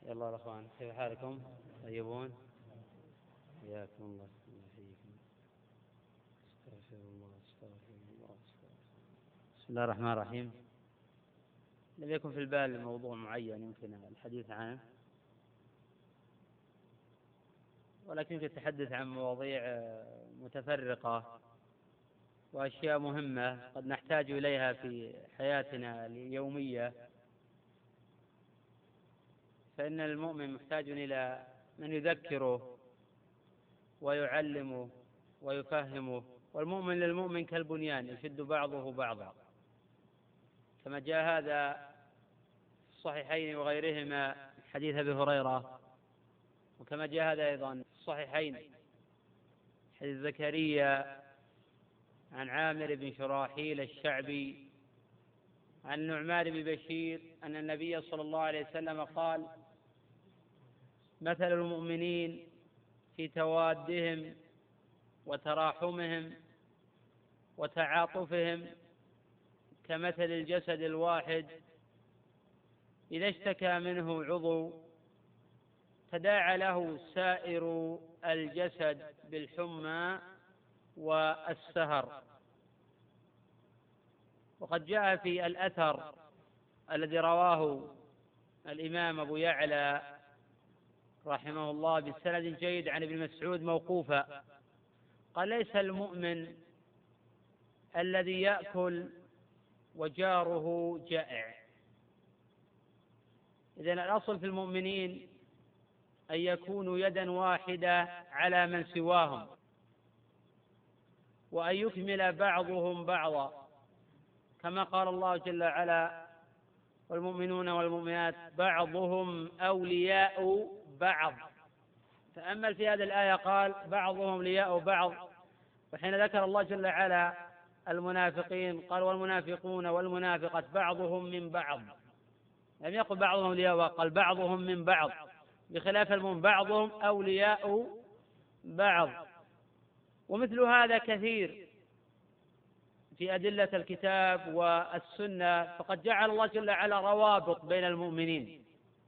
يلا الأخوان، كيف حالكم؟ طيبون؟ حياكم الله. استغفر الله. بسم الله الرحمن الرحيم. لم يكن في البال موضوع معين يمكن الحديث عنه، ولكن يمكن التحدث عن مواضيع متفرقة وأشياء مهمة قد نحتاج إليها في حياتنا اليومية. فإن المؤمن محتاج إلى من يذكره ويعلمه ويفهمه، والمؤمن للمؤمن كالبنيان يشد بعضه بعضا، كما جاء هذا في الصحيحين وغيرهما حديث أبي هريرة، وكما جاء هذا أيضا في الصحيحين حديث زكريا عن عامر بن شراحيل الشعبي عن نعمان بن بشير أن النبي صلى الله عليه وسلم قال: مثل المؤمنين في توادهم وتراحمهم وتعاطفهم كمثل الجسد الواحد إذا اشتكى منه عضو تداعى له سائر الجسد بالحمى والسهر. وقد جاء في الأثر الذي رواه الإمام أبو يعلى رحمه الله بسند جيد عن ابن مسعود موقوفا، قال: ليس المؤمن الذي يأكل وجاره جائع. إذن الأصل في المؤمنين أن يكونوا يدا واحدة على من سواهم، وأن يكمل بعضهم بعضا، كما قال الله جل وعلا: والمؤمنون والمؤمنات بعضهم أولياء بعض. تأمل في هذه الآية، قال بعضهم أولياء بعض، وحين ذكر الله جل وعلا المنافقين قال: والمنافقون والمنافقات بعضهم من بعض. لم يقل بعضهم أولياء، قال بعضهم من بعض، بخلاف المؤمن بعضهم أولياء بعض. ومثل هذا كثير في أدلة الكتاب والسنة، فقد جعل الله جل وعلا روابط بين المؤمنين،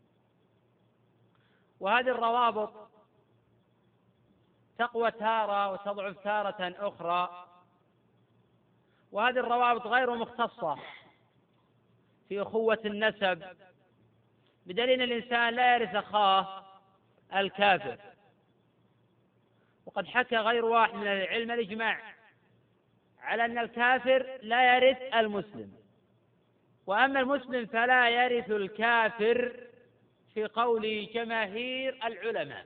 وهذه الروابط تقوى تارة وتضعف تارة أخرى، وهذه الروابط غير مختصة في أخوة النسب، بدليل الإنسان لا يرث أخاه الكافر. وقد حكى غير واحد من العلم الإجماع على أن الكافر لا يرث المسلم، وأما المسلم فلا يرث الكافر في قول جماهير العلماء،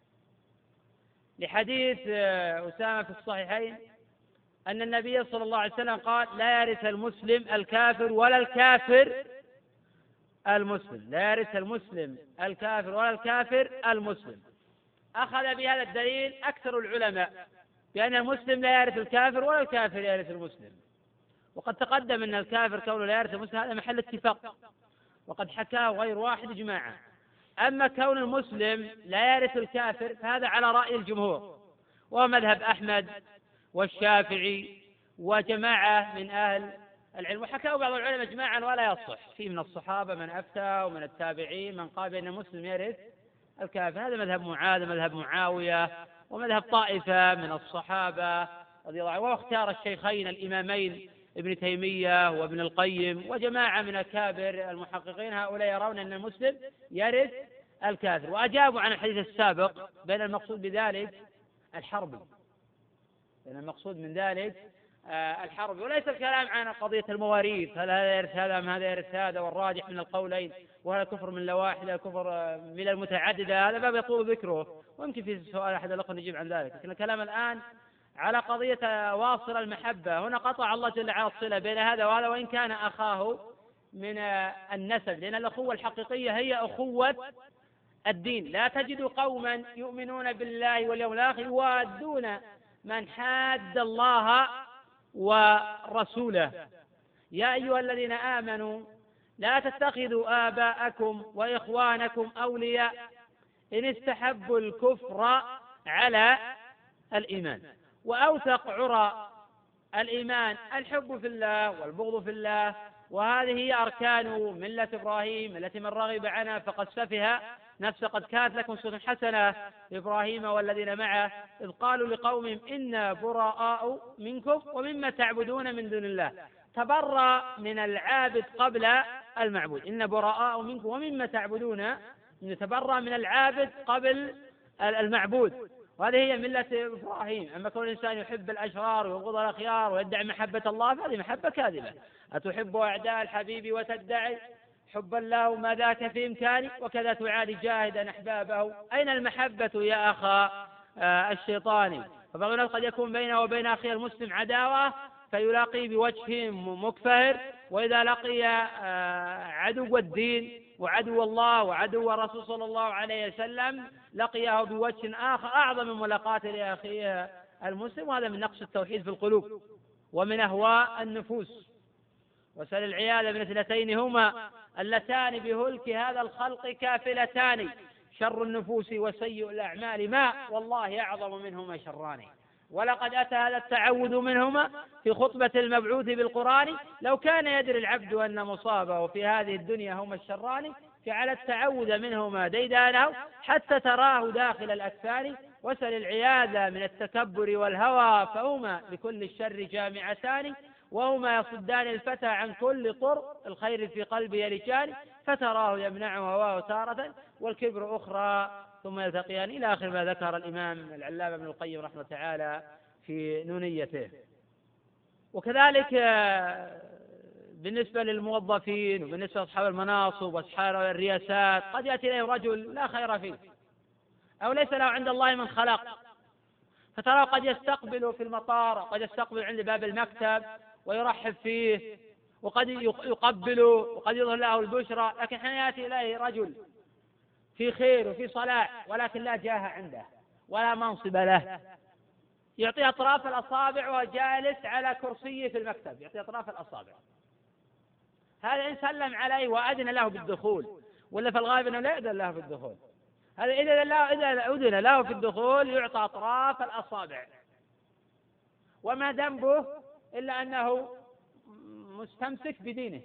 لحديث أسامة في الصحيحين أن النبي صلى الله عليه وسلم قال: لا يرث المسلم الكافر ولا الكافر المسلم، لا يرث المسلم الكافر ولا الكافر المسلم. أخذ بهذا الدليل أكثر العلماء بأن المسلم لا يرث الكافر ولا الكافر يرث المسلم، وقد تقدم أن الكافر كونه لا يرث المسلم هذا محل اتفاق، وقد حكاه غير واحد إجماعا. أما كون المسلم لا يرث الكافر فهذا على رأي الجمهور، ومذهب أحمد والشافعي وجماعة من أهل العلم، وحكاه بعض العلماء إجماعا ولا يصح، فيه من الصحابة من أفتى ومن التابعين من قال بأن المسلم يرث الكافر. هذا مذهب معاذ، مذهب معاوية، ومذهب طائفة من الصحابة رضي الله عنهم، واختار الشيخين الإمامين ابن تيمية وابن القيم وجماعة من أكابر المحققين، هؤلاء يرون أن المسلم يرث الكافر، وأجابوا عن الحديث السابق بأن المقصود بذلك الحرب، لأن المقصود من ذلك الحرب، وليس الكلام عن قضية المواريث، هل هذا يرث هذا أم هذا يرث هذا، والراجح من القولين، وهذا كفر من واحدة كفر من المتعددة، هذا باب يطول ذكره، ويمكن في سؤال أحد الأخوة نجيب عن ذلك. لكن الكلام الآن على قضية واصل المحبة. هنا قطع الله جل وعلا الصلة بين هذا وهذا وإن كان أخاه من النسب، لأن الأخوة الحقيقية هي أخوة الدين. لا تجد قوما يؤمنون بالله واليوم الآخر يوادون من حاد الله ورسوله. يا أيها الذين آمنوا لا تتخذوا آباءكم وإخوانكم أولياء إن استحبوا الكفر على الإيمان. وأوثق عرى الإيمان الحب في الله والبغض في الله وهذه هي أركان ملة إبراهيم التي من رغب عنها فقد سفه نفسه. قد كانت لكم أسوة حسنة لإبراهيم والذين معه إذ قالوا لقومهم إنا براء منكم ومما تعبدون من دون الله. تبرأ من العابد قبل المعبود، إن براء منكم ومما تعبدون، نتبرأ من العابد قبل المعبود، وهذه هي ملة إبراهيم. أما كون الإنسان يحب الأشرار ويبغض الأخيار ويدعي محبة الله فهذه محبة كاذبة. أتحب أعداء الحبيب وتدعي حب الله ما ذاك في إمكاني وكذا تعادي جاهدا أحبابه، أين المحبة يا أخا الشيطان؟ فبعض الناس قد يكون بينه وبين أخيه المسلم عداوة فيلاقي بوجه مكفهر، وإذا لقي عدو الدين وعدو الله وعدو الرسول صلى الله عليه وسلم لقيه بوجه آخر أعظم من ملاقاته لأخيه المسلم، وهذا من نقص التوحيد في القلوب ومن أهواء النفوس. وسل العياذ من اثنتين هما اللتان بهلك هذا الخلق كافلتان، شر النفوس وسيء الأعمال ما والله أعظم منهما شران. ولقد أتى هذا التعوذ منهما في خطبة المبعوث بالقرآن، لو كان يدري العبد أن مصابه في هذه الدنيا هما الشران جعل التعوذ منهما ديدانه حتى تراه داخل الأكفان. وسل العياذ من التكبر والهوى فهما لكل الشر جامعتان، وهما يصدان الفتى عن كل طر الخير في قلبه يلجان، فتراه يمنع هواه تارة والكبر أخرى ثم يلتقيان، إلى آخر ما ذكر الإمام العلامة ابن القيم رحمه تعالى في نونيته. وكذلك بالنسبة للموظفين وبالنسبة لأصحاب المناصب وأصحاب الرياسات قد يأتي إليه رجل لا خير فيه أو ليس له عند الله من خلق، فتراه قد يستقبل في المطار، قد يستقبل عند باب المكتب ويرحب فيه وقد يقبله وقد يظهر له البشرى، لكن حين يأتي إليه رجل في خير وفي صلاح ولكن لا جاه عنده ولا منصب له، يعطي أطراف الأصابع وهو جالس على كرسيه في المكتب، يعطي أطراف الأصابع. هذا إن سلم عليه وأذن له بالدخول، ولا في الغالب أنه لا يأذن له بالدخول، هذا إذا أذن له في الدخول يعطى أطراف الأصابع، وما ذنبه إلا أنه مستمسك بدينه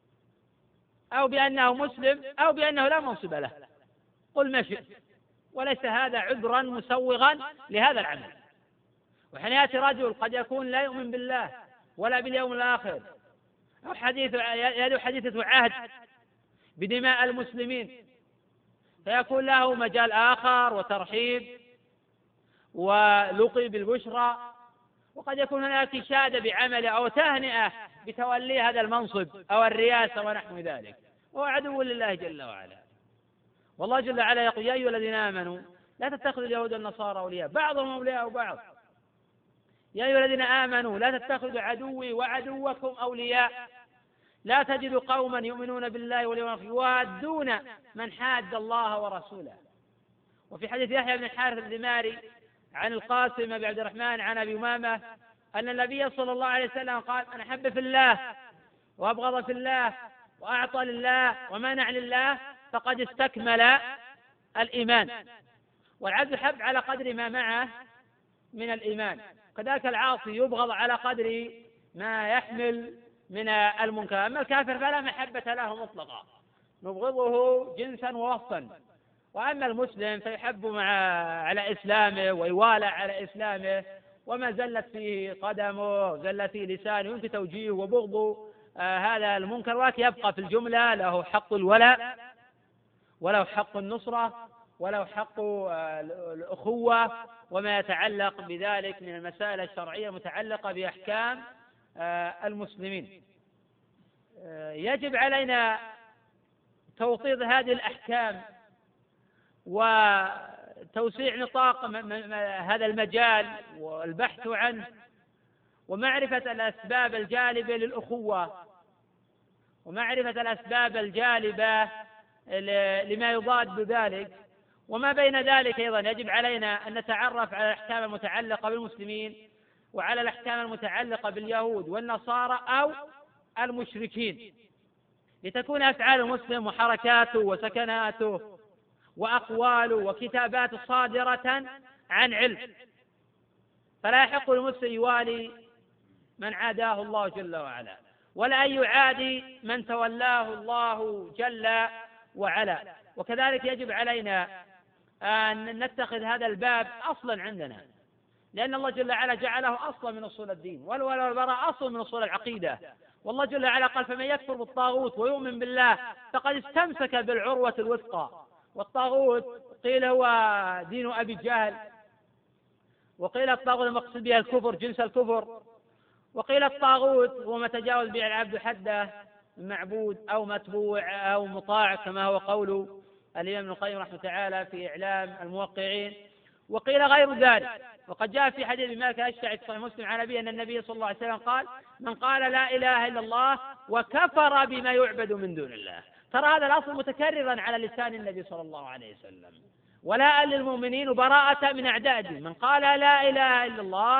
أو بأنه مسلم أو بأنه لا منصب له، قل ما شئت، وليس هذا عذرا مسوغا لهذا العمل. وحين يأتي رجل قد يكون لا يؤمن بالله ولا باليوم الآخر أو حديثة عهد بدماء المسلمين، فيكون له مجال آخر وترحيب ولقي بالبشرى، وقد يكون هناك إشادة بعمله أو تهنئة بتولي هذا المنصب أو الرئاسة ونحو ذلك، وهو عدو لله جل وعلا. والله جل وعلا يقول يا أيها الذين آمنوا لا تتخذوا اليهود والنصارى أولياء بعضهم أولياء بعض، يا أيها الذين آمنوا لا تتخذوا عدوي وعدوكم أولياء، لا تجد قوما يؤمنون بالله واليوم الآخر يوادون من حاد الله ورسوله. وفي حديث يحيى بن الحارث الدماري عن القاسم بن عبد الرحمن عن أبي أمامة أن النبي صلى الله عليه وسلم قال من أحب في الله وأبغض في الله وأعطى لله ومنع لله فقد استكمل الإيمان. والعبد يحب على قدر ما معه من الإيمان، كذلك العاصي يبغض على قدر ما يحمل من المنكر. أما الكافر فلا محبة له مطلقا، نبغضه جنسا ووصفا. وأما المسلم فيحب على إسلامه ويوالى على إسلامه، وما زلت فيه قدمه زلت فيه لسانه يمكن توجيهه وبغضه هذا المنكر، ولكن يبقى في الجملة له حق الولاء وله حق النصرة وله حق الأخوة وما يتعلق بذلك من المسائل الشرعية المتعلقة بأحكام المسلمين. يجب علينا توطيد هذه الأحكام وتوسيع نطاق هذا المجال والبحث عنه ومعرفة الأسباب الجالبة للأخوة ومعرفة الأسباب الجالبة لما يضاد بذلك. وما بين ذلك أيضا يجب علينا أن نتعرف على الأحكام المتعلقة بالمسلمين وعلى الأحكام المتعلقة باليهود والنصارى أو المشركين، لتكون أفعال المسلم وحركاته وسكناته وأقواله وكتاباته صادرة عن علم، فلا يحق المسلم يوالي من عاداه الله جل وعلا ولا أن يعادي من تولاه الله جل وعلا. وكذلك يجب علينا أن نتخذ هذا الباب أصلا عندنا، لأن الله جل وعلا جعله أصلا من أصول الدين، والولاء والبراء أصل من أصول العقيدة. والله جل وعلا قال: فمن يكفر بالطاغوت ويؤمن بالله فقد استمسك بالعروة الوثقى. والطاغوت قيل هو دين أبي جهل، وقيل الطاغوت المقصود بها الكفر جنس الكفر، وقيل الطاغوت هو ما تجاوز به العبد حده من معبود أو متبوع أو مطاع، كما هو قول الإمام ابن القيم رحمه تعالى في إعلام الموقعين. وقيل غير ذلك. وقد جاء في حديث ابن مالك الأشجعي في صحيح مسلم عن أبي أن النبي صلى الله عليه وسلم قال: من قال لا إله إلا الله وكفر بما يعبد من دون الله. ترى هذا الأصل متكررا على لسان النبي صلى الله عليه وسلم: ولاء للمؤمنين وبراءة من أعداء الدين. من قال لا إله إلا الله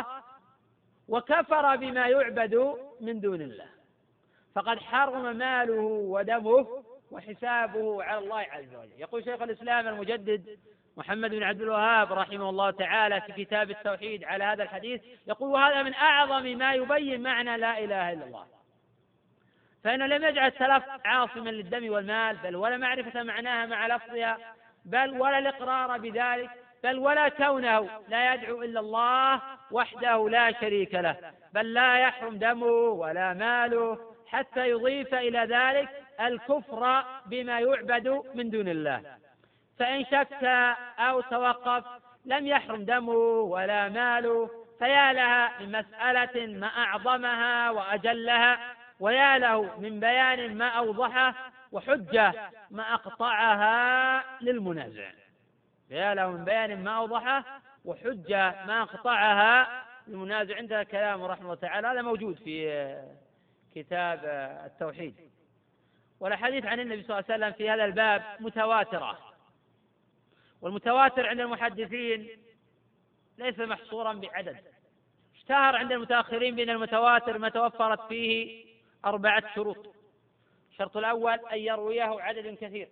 وكفر بما يعبد من دون الله فقد حرم ماله ودمه وحسابه على الله عز وجل. يقول شيخ الإسلام المجدد محمد بن عبد الوهاب رحمه الله تعالى في كتاب التوحيد على هذا الحديث، يقول: وهذا من أعظم ما يبين معنى لا إله إلا الله، فإنه لم يجعل السلف عاصما للدم والمال، بل ولا معرفة معناها مع لفظها، بل ولا الإقرار بذلك، بل ولا كونه لا يدعو إلا الله وحده لا شريك له، بل لا يحرم دمه ولا ماله، حتى يضيف إلى ذلك الكفر بما يعبد من دون الله. فإن شك أو توقف لم يحرم دمه ولا ماله. فيا لها من مسألة ما أعظمها وأجلها، ويا له من بيان ما أوضحه، وحجة ما أقطعها للمنازع. يا له من بيان ما أوضحه وحجة ما أقطعها للمنازع. عندها كلام رحمه الله تعالى، هذا موجود في كتاب التوحيد. والحديث عن النبي صلى الله عليه وسلم في هذا الباب متواترة، والمتواتر عند المحدثين ليس محصورا بعدد. اشتهر عند المتأخرين بأن المتواتر ما توفرت فيه 4 شروط. الشرط الأول أن يرويه عدد كثير.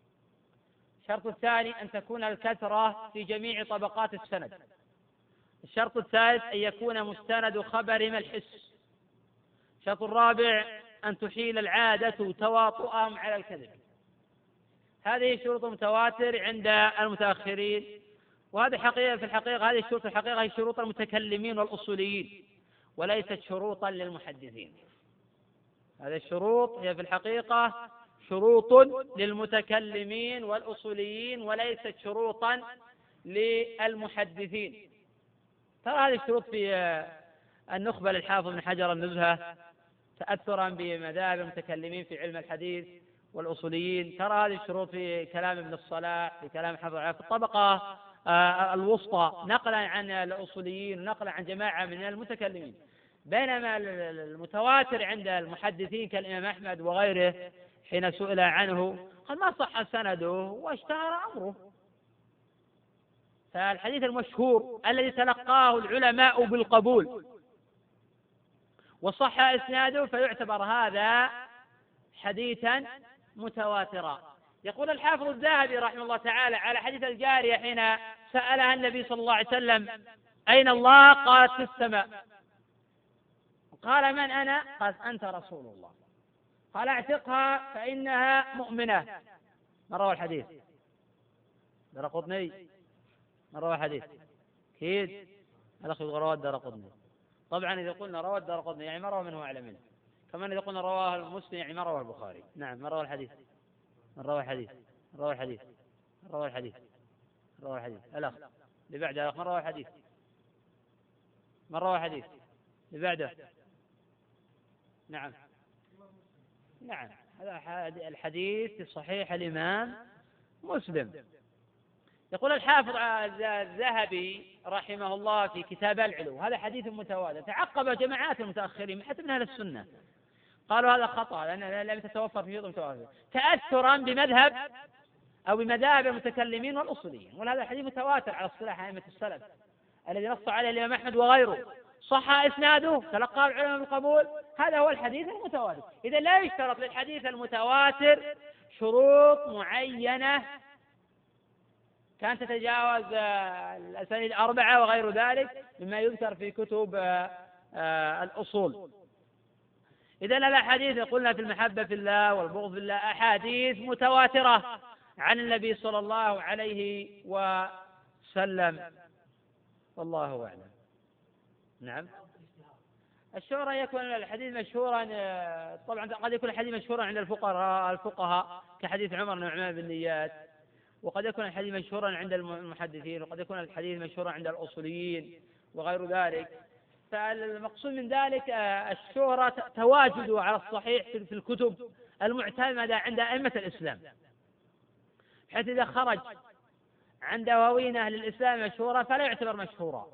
الشرط الثاني أن تكون الكثرة في جميع طبقات السند. الشرط الثالث أن يكون مستند خبر ما الحس. الشرط الرابع أن تحيل العادة تواطؤهم على الكذب. هذه شروط متواتر عند المتأخرين، وهذه حقيقة في الحقيقة هذه الشروط الحقيقة هي شروط المتكلمين والأصوليين، وليست شروطا للمحدثين. هذه الشروط هي في الحقيقة شروط للمتكلمين والأصوليين، وليست شروطا للمحدثين. ترى هذه الشروط في النخبة للحافظ بن حجر النزهة تأثرا بمذاهب المتكلمين في علم الحديث والأصوليين. ترى هذه الشروط في كلام ابن الصلاح، في كلام حافظ في الطبقة الوسطى نقلا عن الأصوليين ونقلا عن جماعة من المتكلمين. بينما المتواتر عند المحدثين كالإمام أحمد وغيره حين سئل عنه قال: ما صح سنده واشتهر أمره. فالحديث المشهور الذي تلقاه العلماء بالقبول وصح إسناده فيعتبر هذا حديثا متواترا. يقول الحافظ الذهبي رحمه الله تعالى على حديث الجارية حين سألها النبي صلى الله عليه وسلم: أين الله؟ قالت: في السماء. قال: من أنا؟ قالت: أنت رسول الله. قال: اعتقها فإنها مؤمنة. من روى الحديث؟ الدارقطني. من روى الحديث؟ أكيد الأخ يقول رواه الدارقطني. طبعا إذا قلنا رواه الدارقطني يعني ما روى منه أعلى منه، كمان إذا قلنا رواه مسلم يعني ما رواه البخاري. نعم، من روى الحديث؟ من روى الحديث؟ من روى الحديث؟ من روى الحديث؟ من روى الحديث؟ الأخ اللي بعده الأخ من روى الحديث؟ من روى الحديث اللي بعده؟ نعم نعم، هذا الحديث في صحيح الإمام مسلم. يقول الحافظ الذهبي رحمه الله في كتاب العلو: هذا حديث متواتر. تعقب جماعات المتأخرين حتى من أهل السنة قالوا هذا خطأ لأن لم تتوفر في شروط متواتر، تأثرا بمذهب أو بمذاهب المتكلمين والأصوليين. وهذا الحديث متواتر على اصطلاح أئمة السلف الذي نص عليه الإمام أحمد وغيره، صح إسناده، تلقاه العلماء بالقبول، هذا هو الحديث المتواتر. إذا لا يشترط للحديث المتواتر شروط معينة كانت تتجاوز الأسانيد 4 وغير ذلك مما يذكر في كتب الأصول. إذن الأحاديث قلنا في المحبة في الله والبغض في الله أحاديث متواترة عن النبي صلى الله عليه وسلم، والله أعلم. نعم. الشهرة يكون الحديث مشهورا، طبعا قد يكون الحديث مشهورا عند الفقهاء كحديث عمر بن عثمان بالنيات، وقد يكون الحديث مشهورا عند المحدثين، وقد يكون الحديث مشهورا عند الأصوليين وغير ذلك. فالمقصود من ذلك الشهرة تواجده على الصحيح في الكتب المعتمدة عند أئمة الإسلام، حيث إذا خرج عن دواوين أهل الإسلام مشهورا فلا يعتبر مشهورا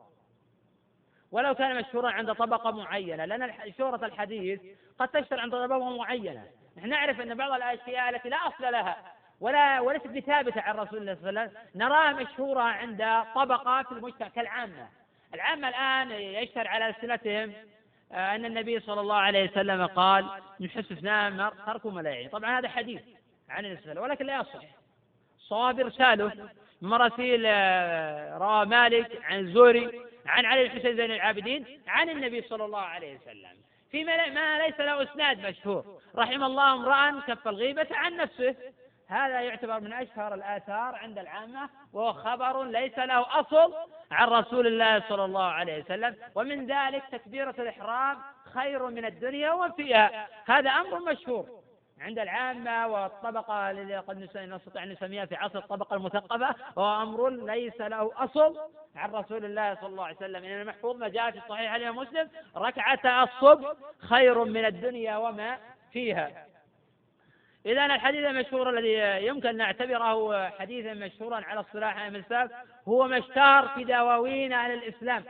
ولو كان مشهورا عند طبقة معينة، لأن شهرة الحديث قد تشتهر عند طبقة معينة. نحن نعرف أن بعض الأشياء التي لا أصل لها وليست بثابتة عن رسول الله صلى الله عليه وسلم نراها مشهورة عند طبقة في المجتمع كالعامة. العامة الآن يشتهر على ألسنتهم أن النبي صلى الله عليه وسلم قال من حسن إسلام المرء ترك ما لا يعنيه. طبعا هذا حديث عن النبي صلى الله عليه وسلم ولكن لا يصح. صواب إرساله من مراسيل رواه مالك عن الزهري عن علي بن حسين زين العابدين عن النبي صلى الله عليه وسلم فيما ما ليس له إسناد مشهور. رحم الله امرأ كف الغيبة عن نفسه، هذا يعتبر من أشهر الآثار عند العامة، وهو خبر ليس له أصل عن رسول الله صلى الله عليه وسلم. ومن ذلك تكبيرة الإحرام خير من الدنيا ومن فيها، هذا أمر مشهور عند العامة والطبقة التي قد نستطيع أن نسميها في عصر الطبقة المثقفة، وهو أمر ليس له أصل عن رسول الله صلى الله عليه وسلم. إن المحفوظ ما جاء في صحيح الإمام مسلم ركعة الصبح خير من الدنيا وما فيها. إذا الحديث المشهور الذي يمكن نعتبره حديثا مشهورا على اصطلاح أئمة السلف هو ما اشتهر في دواوين أهل الإسلام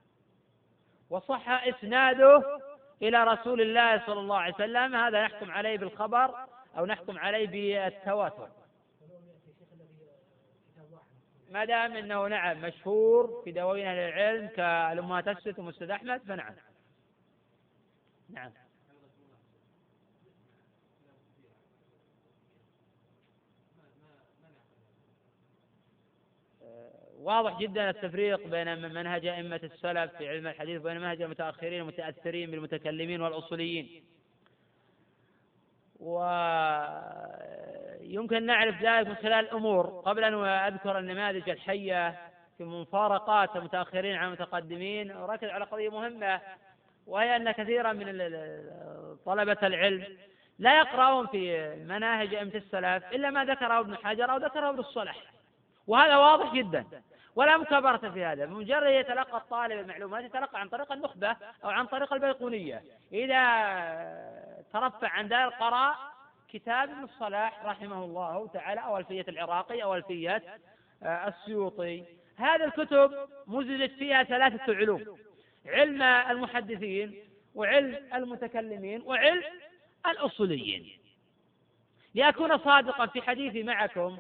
وصح إسناده إلى رسول الله صلى الله عليه وسلم، هذا نحكم عليه بالخبر أو نحكم عليه بالتواتر ما دام أنه نعم مشهور في دواوين أهل العلم كالأمهات الست ومسند أحمد فنعم. نعم. واضح جدا التفريق بين منهج أئمة السلف في علم الحديث وبين منهج المتأخرين المتأثرين بالمتكلمين والأصوليين، ويمكن نعرف ذلك من خلال الأمور. قبل أن أذكر النماذج الحية في مفارقات المتأخرين عن المتقدمين أركز على قضية مهمة، وهي أن كثيرا من طلبة العلم لا يقرؤون في مناهج أئمة السلف إلا ما ذكره ابن حجر أو ذكره ابن الصلاح، وهذا واضح جدا ولا مكابرة في هذا. بمجرد يتلقى الطالب المعلومات يتلقى عن طريق النخبة أو عن طريق البيقونية. إذا ترفع عن ذلك قرأ كتاب ابن الصلاح رحمه الله تعالى أو ألفية العراقي أو ألفية السيوطي. هذه الكتب مزجت فيها ثلاثة علوم: علم المحدثين وعلم المتكلمين وعلم الأصوليين. لأكون صادقا في حديثي معكم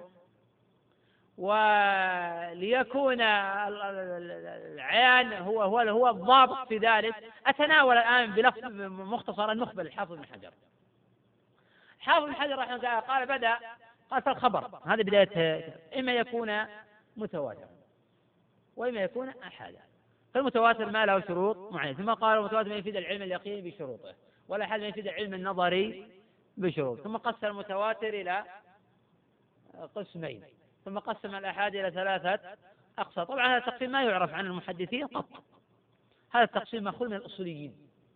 وليكون العيان هو الضابط في ذلك، أتناول الآن بلفظ مختصر النخبة للحافظ بن حجر. الحافظ بن حجر رحمه الله قال في الخبر هذا بداية إما يكون متواتر وإما يكون أحادا. فالمتواتر ما له شروط معينة، ثم قال المتواتر ما يفيد العلم اليقيني بشروطه والأحاد ما يفيد العلم النظري بشروط. ثم قسم المتواتر إلى قسمين، ثم قسم الأحاد إلى ثلاثة أقسام. طبعا هذا التقسيم ما يعرف عن المحدثين قط، هذا التقسيم مأخوذ من الأصوليين.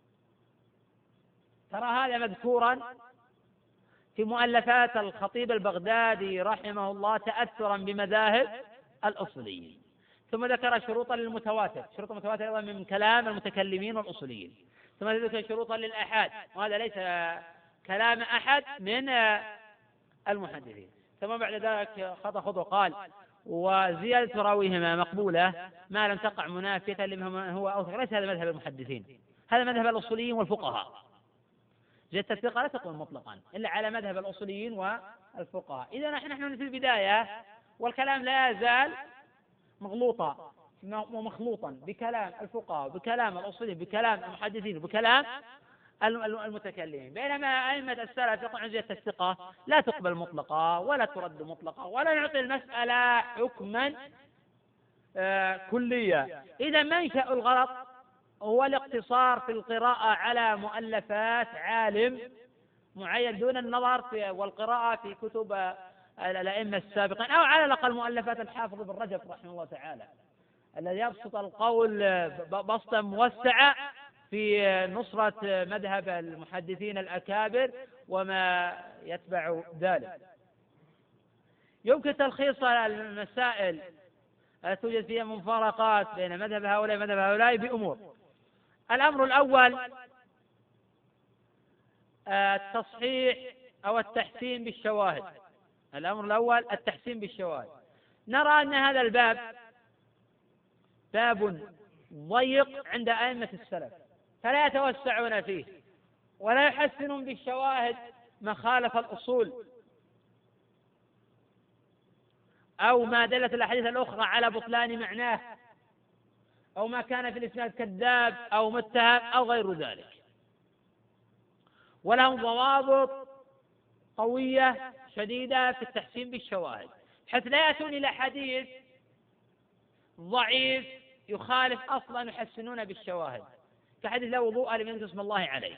ترى هذا مذكورا في مؤلفات الخطيب البغدادي رحمه الله تأثرا بمذاهب الأصوليين. ثم ذكر شروطا للمتواتر، شروط المتواتر أيضا من كلام المتكلمين والأصوليين. ثم ذكر شروطا للأحاد، وهذا ليس كلام أحد من المحدثين. ثم بعد ذلك خطوة قال وزيادة راويهما مقبولة ما لم تقع منافية لما هو أوثق. ليس هذا مذهب المحدثين، هذا مذهب الأصوليين والفقهاء. زيادة الثقة لا تقوم مطلقا إلا على مذهب الأصوليين والفقهاء. إذا نحن في البداية والكلام لا يزال مغلوطا ومخلوطا بكلام الفقهاء بكلام الأصوليين بكلام المحدثين بكلام المتكلمين، بينما أئمة السلف يقولون عن زيادة الثقة لا تقبل مطلقا ولا ترد مطلقا ولا نعطي المسألة حكما كليا. إذا منشأ الغلط هو الاقتصار في القراءة على مؤلفات عالم معين دون النظر في والقراءة في كتب الأئمة السابقين، أو على الأقل مؤلفات الحافظ بن رجب رحمه الله تعالى الذي يبسط القول بسطا موسعا في نصرة مذهب المحدثين الأكابر وما يتبع ذلك. يمكن تلخيص المسائل التي توجد فيها مفارقات بين مذهب هؤلاء ومذهب هؤلاء بأمور. الأمر الأول التصحيح أو التحسين بالشواهد. الأمر الأول التحسين بالشواهد. نرى أن هذا الباب باب ضيق عند أئمة السلف، فلا يتوسعون فيه ولا يحسنون بالشواهد ما خالف الأصول أو ما دلت الأحاديث الأخرى على بطلان معناه أو ما كان في الإسناد كذاب أو متهم أو غير ذلك، ولهم ضوابط قوية شديدة في التحسين بالشواهد، حتى لا يأتون إلى حديث ضعيف يخالف أصلا يحسنون بالشواهد، كحديث لا وضوء لمن يذكر اسم الله عليه.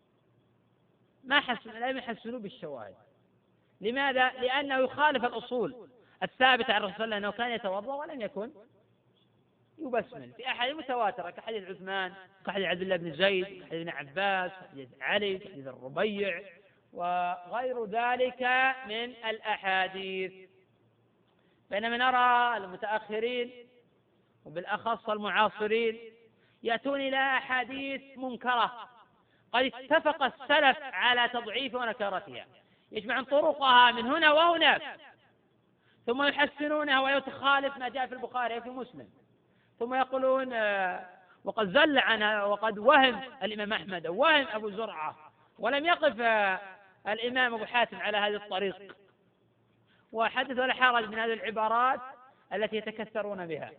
لا يحسنون بالشواهد. لماذا؟ لأنه يخالف الأصول الثابتة عن الرسول صلى الله عليه وسلم أنه كان يتوضأ ولم يكن يبسمل في أحاديث متواترة كحديث عثمان، كحديث عبد الله بن زيد، كحديث ابن عباس، كحديث علي، كحديث الربيع وغير ذلك من الأحاديث. بينما نرى المتأخرين وبالأخص المعاصرين يأتون إلى أحاديث منكرة قد اتفق السلف على تضعيف ونكارتها، يجمعون طرقها من هنا وهناك ثم يحسنونها ويتخالف ما جاء في البخاري وفي مسلم، ثم يقولون وقد زل عنها وقد وهم الإمام أحمد أو وهم أبو زرعة ولم يقف الإمام أبو حاتم على هذه الطريق، وحدث ولا حرج من هذه العبارات التي يتكثرون بها.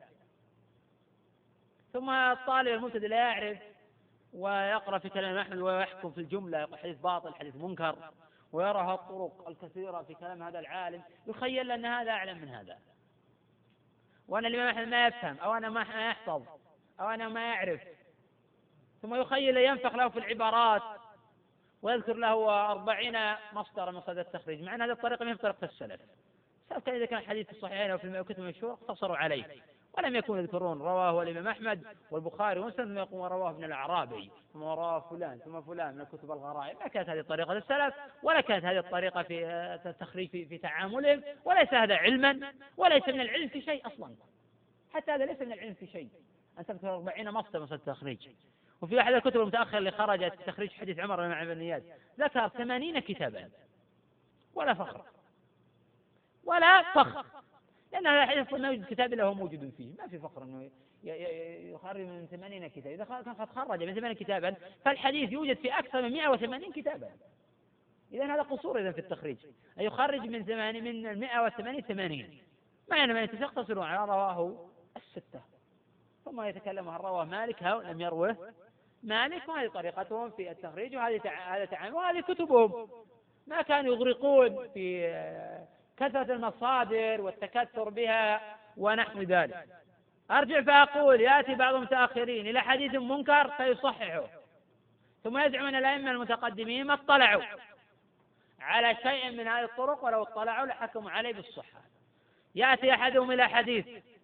ثم الطالب المبتدئ لا يعرف ويقرأ في كلام أحمد ويحكم في الجملة، يقول حديث باطل حديث منكر، ويرى الطرق الكثيرة في كلام هذا العالم، يخيل أن هذا أعلم من هذا، وأنا الإمام أحمد ما يفهم أو أنا ما يحفظ أو أنا ما يعرف، ثم يخيل ينفخ له في العبارات ويذكر له 40 مصدر من صدى التخريج، مع أن هذه الطريقة من طريقة السلف. كان إذا كان الحديث في الصحيحين أو في الكتب المشهورة اقتصروا عليه ولم يكونوا يذكرون رواه الإمام أحمد والبخاري ومسلم ثم يقول رواه ابن الأعرابي ثم رواه فلان ثم فلان من الكتب الغرائب. ما كانت هذه طريقة السلف ولا كانت هذه الطريقة في التخريج في تعاملهم، وليس هذا علما وليس من العلم في شيء أصلا. حتى هذا ليس من العلم في شيء أن تذكر 40 مصدر من التخريج. وفي أحد الكتب المتأخرة اللي خرجت تخريج حديث عمر بن عبد النياد ذكر 80 كتابا ولا فخر ولا فخر، لأن هذا الحديث ما يوجد كتاب إلا هو موجود فيه، ما في فخر أنه يخرج من 80 كتابا. إذا كان قد خرج من 80 كتابا فالحديث يوجد في أكثر من 180 كتابا، إذا هذا قصور إذا في التخريج أن يخرج من 180 80. معنى ما يقتصرون على رواه الستة ثم يتكلم عن رواه مالك أو لم يروه مالك، وهذه طريقتهم في التخريج وهذا تعامل وهذه كتبهم. ما كانوا يغرقون في كثرة المصادر والتكثر بها ونحو ذلك. أرجع فأقول يأتي بعض المتأخرين إلى حديث منكر فيصححه، ثم يزعمون الأئمة المتقدمين ما اطلعوا على شيء من هذه الطرق ولو اطلعوا لحكموا عليه بالصحة. يأتي أحدهم إلى حديث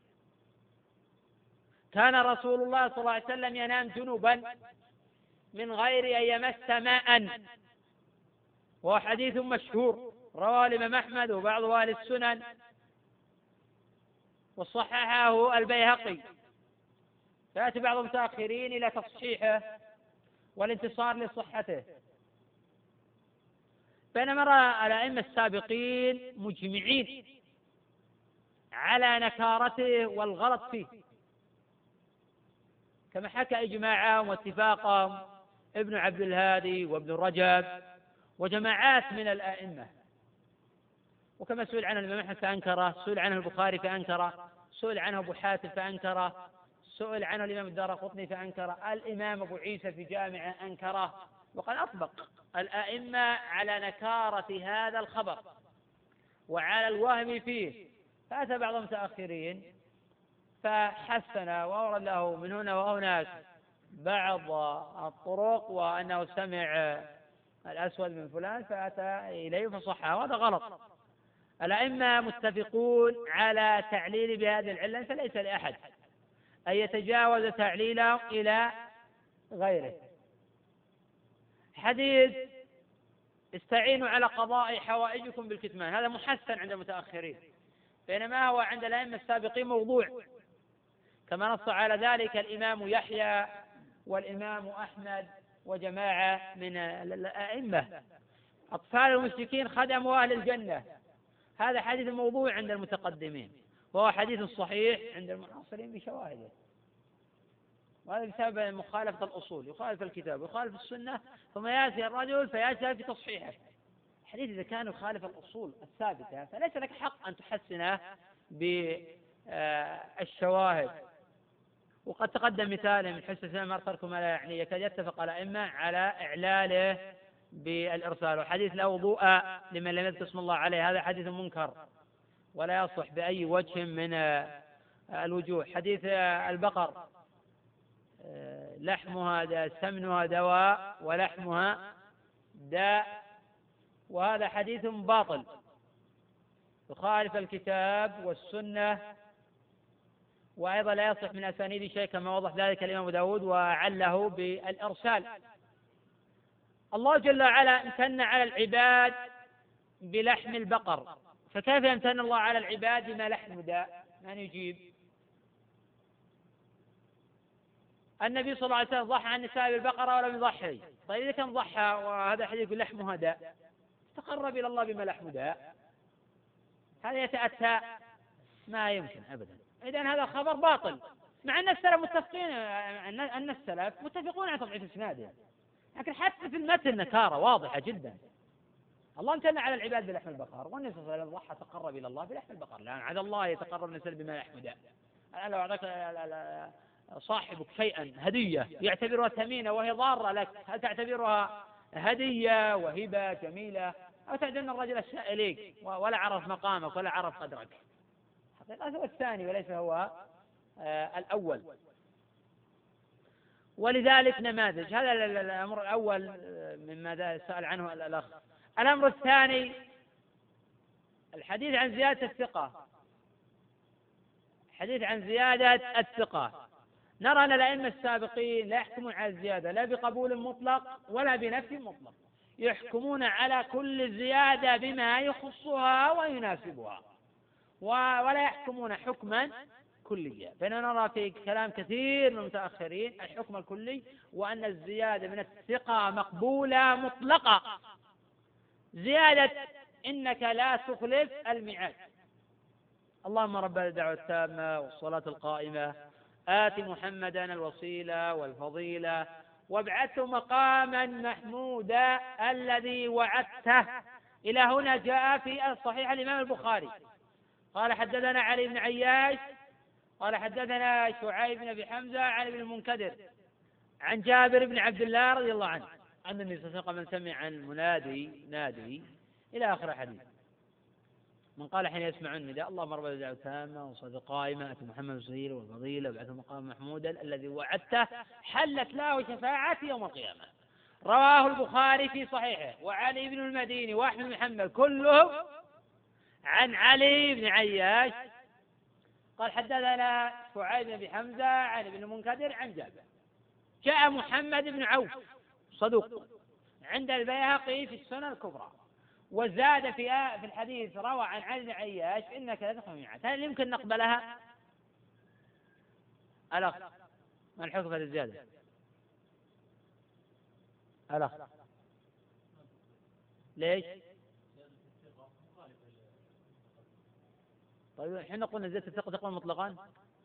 كان رسول الله صلى الله عليه وسلم ينام جنوبا من غير أن يمس ماء، وهو حديث مشهور رواه الإمام أحمد وبعض أهل السنن وصححه البيهقي. فيأتي بعض المتأخرين إلى تصحيحه والانتصار لصحته، بينما رأى الأئمة السابقين مجمعين على نكارته والغلط فيه، كما حكى إجماعهم واتفاقهم ابن عبد الهادي وابن رجب وجماعات من الآئمة. وكما سئل عنه الإمام أحمد فأنكره، سئل عنه البخاري فأنكره، سئل عنه أبو حاتم فأنكره، سئل عنه الإمام الدارقطني فأنكره، الإمام أبو عيسى في جامعه أنكره، وقد أطبق الآئمة على نكارة هذا الخبر وعلى الوهم فيه. فأتى بعض المتأخرين فحسن وأورد له من هنا وهناك بعض الطرق وأنه سمع الأسود من فلان فأتى إليه فصحه، وهذا غلط. الأئمة متفقون على تعليل بهذه العلة، فليس لأحد أن يتجاوز تعليله إلى غيره. حديث استعينوا على قضاء حوائجكم بالكتمان، هذا محسن عند المتأخرين، بينما هو عند الأئمة السابقين موضوع، كما نص على ذلك الإمام يحيى والإمام أحمد وجماعة من الأئمة. أطفال المشركين خدموا أهل الجنة، هذا حديث موضوع عند المتقدمين، وهو حديث صحيح عند المعاصرين بشواهده، وهذا بسبب مخالفة الأصول، يخالف الكتاب ويخالف السنة، ثم يأتي الرجل فيأتي في تصحيحه. الحديث إذا كان يخالف الأصول الثابتة فليس لك حق أن تحسنه بالشواهد. وقد تقدم مثال من حسن سمع ترك ما لا يعني، يكاد يتفق الأئمة على إعلاله بالإرسال. وحديث لا وضوء لمن لم يذكر اسم الله عليه، هذا حديث منكر ولا يصلح بأي وجه من الوجوه. حديث البقر لحمها سمنها دواء ولحمها داء، وهذا حديث باطل يخالف الكتاب والسنة، وأيضا لا يصح من أسانيد شيء كما وضح ذلك الإمام داود وعله بالإرسال. الله جل وعلا امتن على العباد بلحم البقر، فكيف يمتن الله على العباد بما لحم داء؟ من يجيب؟ النبي صلى الله عليه وسلم ضحى عن النساء بالبقرة ولم يضحي. طيب إذا كان ضحى وهذا حديث لحمها داء، تقرب إلى الله بما لحم داء، هذا يتأتى؟ ما يمكن أبدا. إذن هذا خبر باطل، مع أن السلف متفقين، أن السلف متفقون على تضعيف إسناده، لكن حتى في المتن نكارة واضحة جدا. الله امتن على العباد بلحم البقر، والنبي صلى الله عليه وسلم ضحى تقرب إلى الله بلحم البقر، لأن عاد الله يتقرب الإنسان بما لحم داء. الآن لو أعطاك صاحبك شيئا هدية يعتبرها ثمينة وهي ضارة لك، هل تعتبرها هدية وهبة جميلة، أو تعتبر أن الرجل أساء إليك ولا عرف مقامك ولا عرف قدرك؟ حقيقة هو الثاني وليس هو الأول. ولذلك نماذج، هذا الأمر الأول مما سأل عنه الأخ. الأمر الثاني الحديث عن زيادة الثقة. حديث عن زيادة الثقة، نرى أن الأئمة السابقين لا يحكمون على الزيادة لا بقبول مطلق ولا بنفي مطلق، يحكمون على كل زيادة بما يخصها ويناسبها، ولا يحكمون حكما كليا. فإننا نرى في كلام كثير من المتأخرين الحكم الكلي، وأن الزيادة من الثقة مقبولة مطلقة. زيادة إنك لا تخلف الميعاد. اللهم رب الدعوة التامة والصلاة القائمة آت محمدا الوسيلة والفضيلة وابعثه مقاما محمودا الذي وعدته. إلى هنا جاء في الصحيح الإمام البخاري قال حدثنا علي بن عياش قال حدثنا شعيب بن أبي حمزة عن ابن المنكدر عن جابر بن عبد الله رضي الله عنه أن النبي صلى الله عليه وسلم من سمع عن منادي نادي إلى آخر الحديث. من قال حين يسمع النداء اللهم رب الدعوة التامة والصلاة القائمة آت محمد الوسيلة والفضيلة وابعثه مقاما محمودا الذي وعدته حلت له شفاعتي يوم القيامة. رواه البخاري في صحيحه وعلي بن المديني وأحمد بن حنبل كلهم عن علي بن عياش قال حدثنا شعيب بن أبي حمزة عن ابن المنكدر عن جابر. جاء محمد بن عوف صدوق عند البيهقي في السنن الكبرى وزاد في الحديث روى عن علي بن عياش إنك لا تخلف الميعاد. هل يمكن نقبلها؟ الأخ ما الحكم في الزيادة؟ الأخ ليش؟ طيب حين قلنا زيادة الثقة تقبل مطلقا،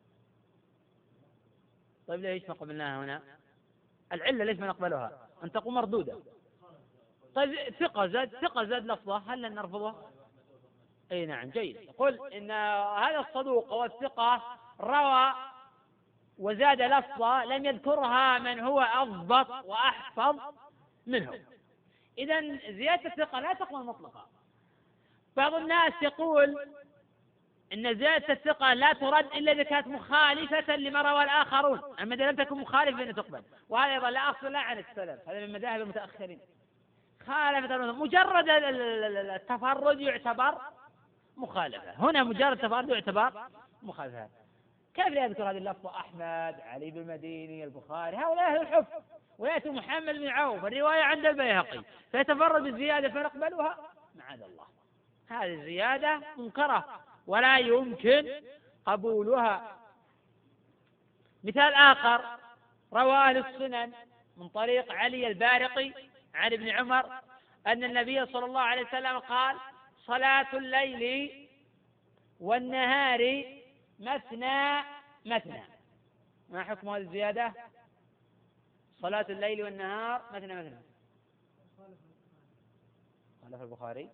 طيب ليش ما قبلناها هنا؟ العلة ليش ما نقبلها؟ أن تقوم مردودة. طيب ثقة زاد لفظة، هل نرفضها؟ أي نعم جيد. قل إن هذا الصدوق والثقة روى وزاد لفظة لم يذكرها من هو أضبط وأحفظ منه. إذن زيادة الثقة لا تقبل مطلقا. بعض الناس يقول إن زيادة الثقة لا ترد إلا إذا كانت مخالفة لما روى الآخرون، أما إذا لم تكن مخالفة فإن تقبل. وهذا أيضا لا أصل لا عن السلف، هذا من مذاهب المتأخرين. خالفة مجرد التفرد يعتبر مخالفة، هنا مجرد التفرد يعتبر مخالفة. كيف لا يذكر هذه اللفظة أحمد، علي بن المديني، البخاري، هؤلاء أهل الحفظ، ويأتي محمد بن عوف الرواية عند البيهقي فيتفرد بالزيادة فنقبلها؟ معاذ الله، هذه الزيادة منكرة ولا يمكن قبولها. مثال آخر روى أهل السنن من طريق علي البارقي عن ابن عمر أن النبي صلى الله عليه وسلم قال: صلاة الليل والنهار مثنى مثنى. ما حكم هذه الزيادة؟ صلاة الليل والنهار مثنى مثنى. قال في البخاري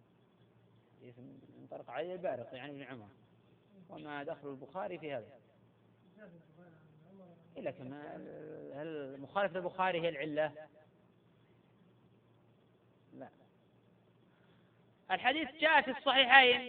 من طريق علي البارقي عن ابن عمر، وما دخل البخاري في هذا؟ إلا كما هل مخالفة البخاري هي العلة؟ لا. الحديث جاء في الصحيحين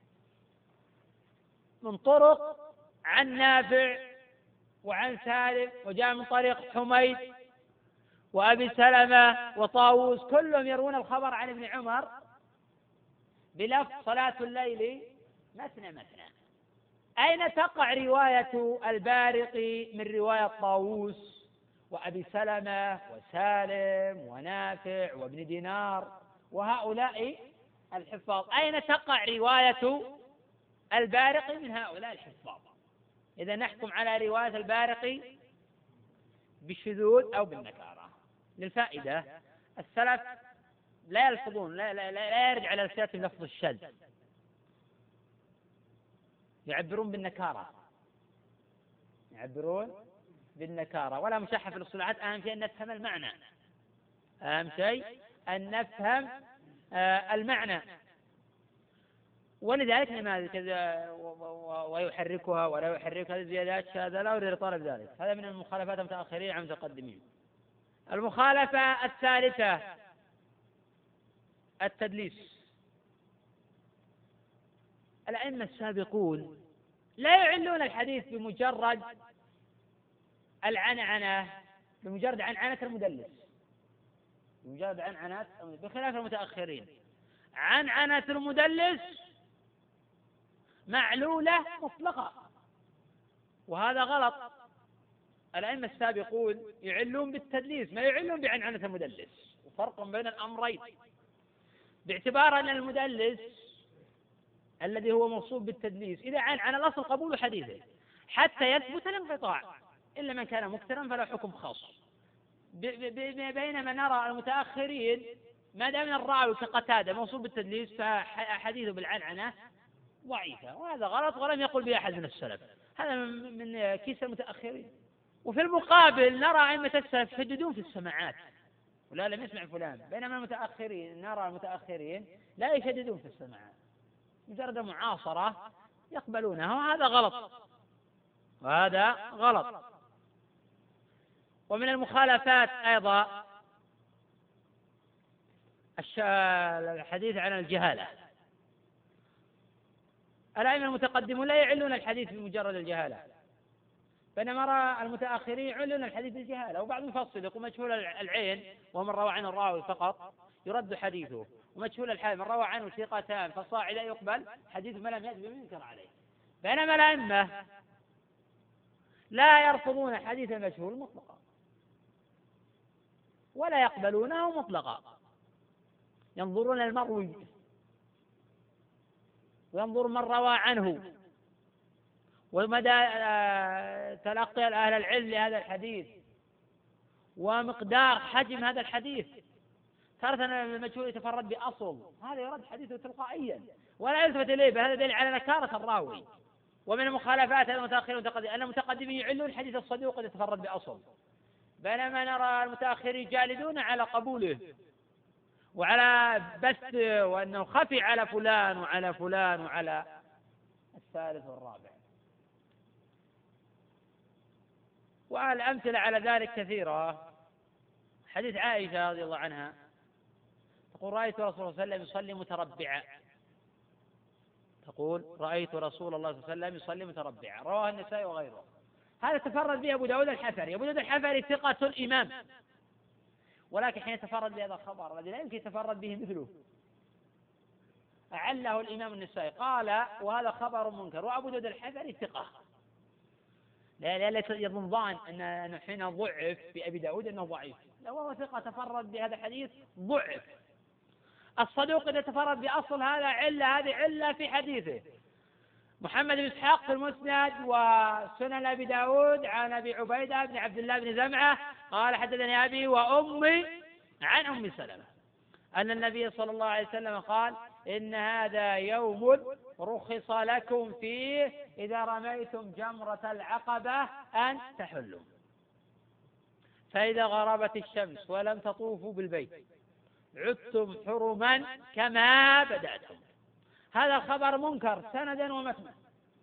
من طرق عن نافع وعن سالم، وجاء من طريق حميد وأبي سلمة وطاووس، كلهم يروون الخبر عن ابن عمر بلفظ صلاة الليل مثنى مثنى. أين تقع رواية البارقي من رواية طاووس وأبي سلمة وسالم ونافع وابن دينار وهؤلاء الحفاظ؟ أين تقع رواية البارقي من هؤلاء الحفاظ؟ إذا نحكم على رواية البارقي بالشذوذ أو بالنكارة. للفائدة، السلف لا يلفظون، لا يرجع على السلف لفظ الشذ، يعبرون بالنكارة، يعبرون بالنكارة ولا مشحة في الاصطلاحات. أهم شيء أن نفهم المعنى، أهم شيء أن نفهم المعنى. ولذلك لماذا كذا ويحركها ولا يحرك هذه الزيادات؟ هذا لا أريد طلب ذلك، هذا من المخالفات المتأخرين عن المتقدمين. المخالفة الثالثة التدليس. الأئمة السابقون لا يعلون الحديث بمجرد العنعنة، بمجرد عنعنة المدلس، بمجرد عنعنة، بخلاف المتأخرين. عنعنة المدلس معلولة مطلقة، وهذا غلط. الأئمة السابقون يعلون بالتدليس، ما يعلون بعنعنة المدلس، وفرق بين الأمرين، باعتبار أن المدلس الذي هو موصوف بالتدليس إذا عن الأصل قبول حديثه حتى يثبت الانقطاع، إلا من كان مكثرا فلا حكم خاص. بينما نرى المتأخرين ما دام الراوي كقتادة موصوف بالتدليس فحديثه بالعنعنة ضعيفة، وهذا غلط ولم يقل به أحد من السلف، هذا من كيس المتأخرين. وفي المقابل نرى أئمة السلف يشددون في السماعات، ولا لم يسمع فلان، بينما المتأخرين نرى المتأخرين لا يشددون في السماعات، مجرد معاصرة يقبلونها، وهذا غلط، وهذا غلط. ومن المخالفات أيضا الحديث عن الجهالة. الأئمة المتقدمون لا يعلون الحديث بمجرد الجهالة، بينما رأى المتأخرين يعلون الحديث بالجهالة. وبعض يفصل يقول مجهول العين ومن روى عن الراوي فقط يرد حديثه، ومجهول الحال من روى عنه ثقتان فصاعدا يقبل حديث ما لم يثبت ينكر عليه. بينما الأئمة لا يرفضون حديث المجهول مطلقا ولا يقبلونه مطلقا، ينظرون المروي وينظر من روى عنه ومدى تلقي أهل العلم لهذا الحديث ومقدار حجم هذا الحديث. تارة المجهول يتفرد بأصل، هذا يرد حديثه تلقائيا ولا يلتفت إليه، بل هذا دليل على نكارة الراوي. ومن المخالفات المتأخرين أن المتقدمين يعلون الحديث الصدوق الذي يتفرد بأصل، بينما نرى المتأخرين جالدون على قبوله وعلى بث وأنه خفي على فلان وعلى فلان وعلى الثالث والرابع. والأمثلة على ذلك كثيرة. حديث عائشة رضي الله عنها تقول: رأيت رسول الله صلى الله عليه وسلم يصلي متربعا، تقول رأيت رسول الله صلى الله عليه وسلم يصلي متربعا، رواه النسائي وغيره. هذا تفرد به أبو داود الحفري. أبو داود الحفري ثقة إمام، ولكن حين يتفرد بهذا الخبر الذي لا يمكن يتفرد به مثله أعله الإمام النسائي قال وهذا خبر منكر، وأبو داود الحفري ثقة، لا يظن ظان أنه حين ضعف بأبي داود أنه ضعيف، لا، وهو ثقة تفرد بهذا الحديث ضعف. الصدوق إذا تفرد بأصل هذا علة، هذه علة في حديثه. محمد بن إسحاق في المسند وسنن أبي داود عن أبي عبيدة بن عبد الله بن زمعة قال حدثني أبي وأمي عن أم سلمة أن النبي صلى الله عليه وسلم قال إن هذا يوم رخص لكم فيه إذا رميتم جمرة العقبة أن تحلوا، فإذا غربت الشمس ولم تطوفوا بالبيت عدتم حرما كما بدأتم. هذا الخبر منكر سندا ومتنا.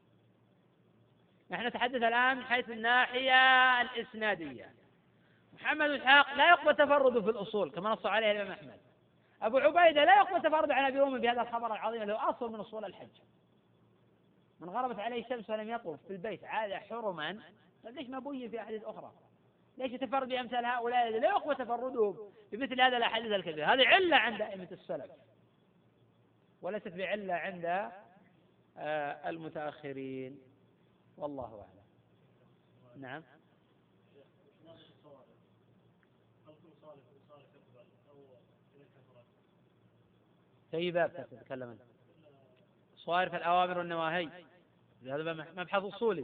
نحن نتحدث الآن من حيث الناحية الإسنادية. محمد بن إسحاق لا يقبل تفرده في الأصول كما نص عليه الإمام أحمد. أبو عبيدة لا يقبل تفرد عن أبي أمي بهذا الخبر العظيم الذي هو أصل من أصول الحج. من غربت عليه الشمس ولم يطوف في البيت عاد حرما، ليش ما بين في أحاديث أخرى؟ ليش يتفرد بأمثال هؤلاء الذين لا يقبل تفرده بمثل هذا الأحاديث الكثيرة؟ هذه علة عند أئمة السلف وليست بعلة عند المتأخرين، والله أعلم. نعم. في باب تتكلم عنه صوارف الأوامر والنواهي، هذا مبحث أصولي.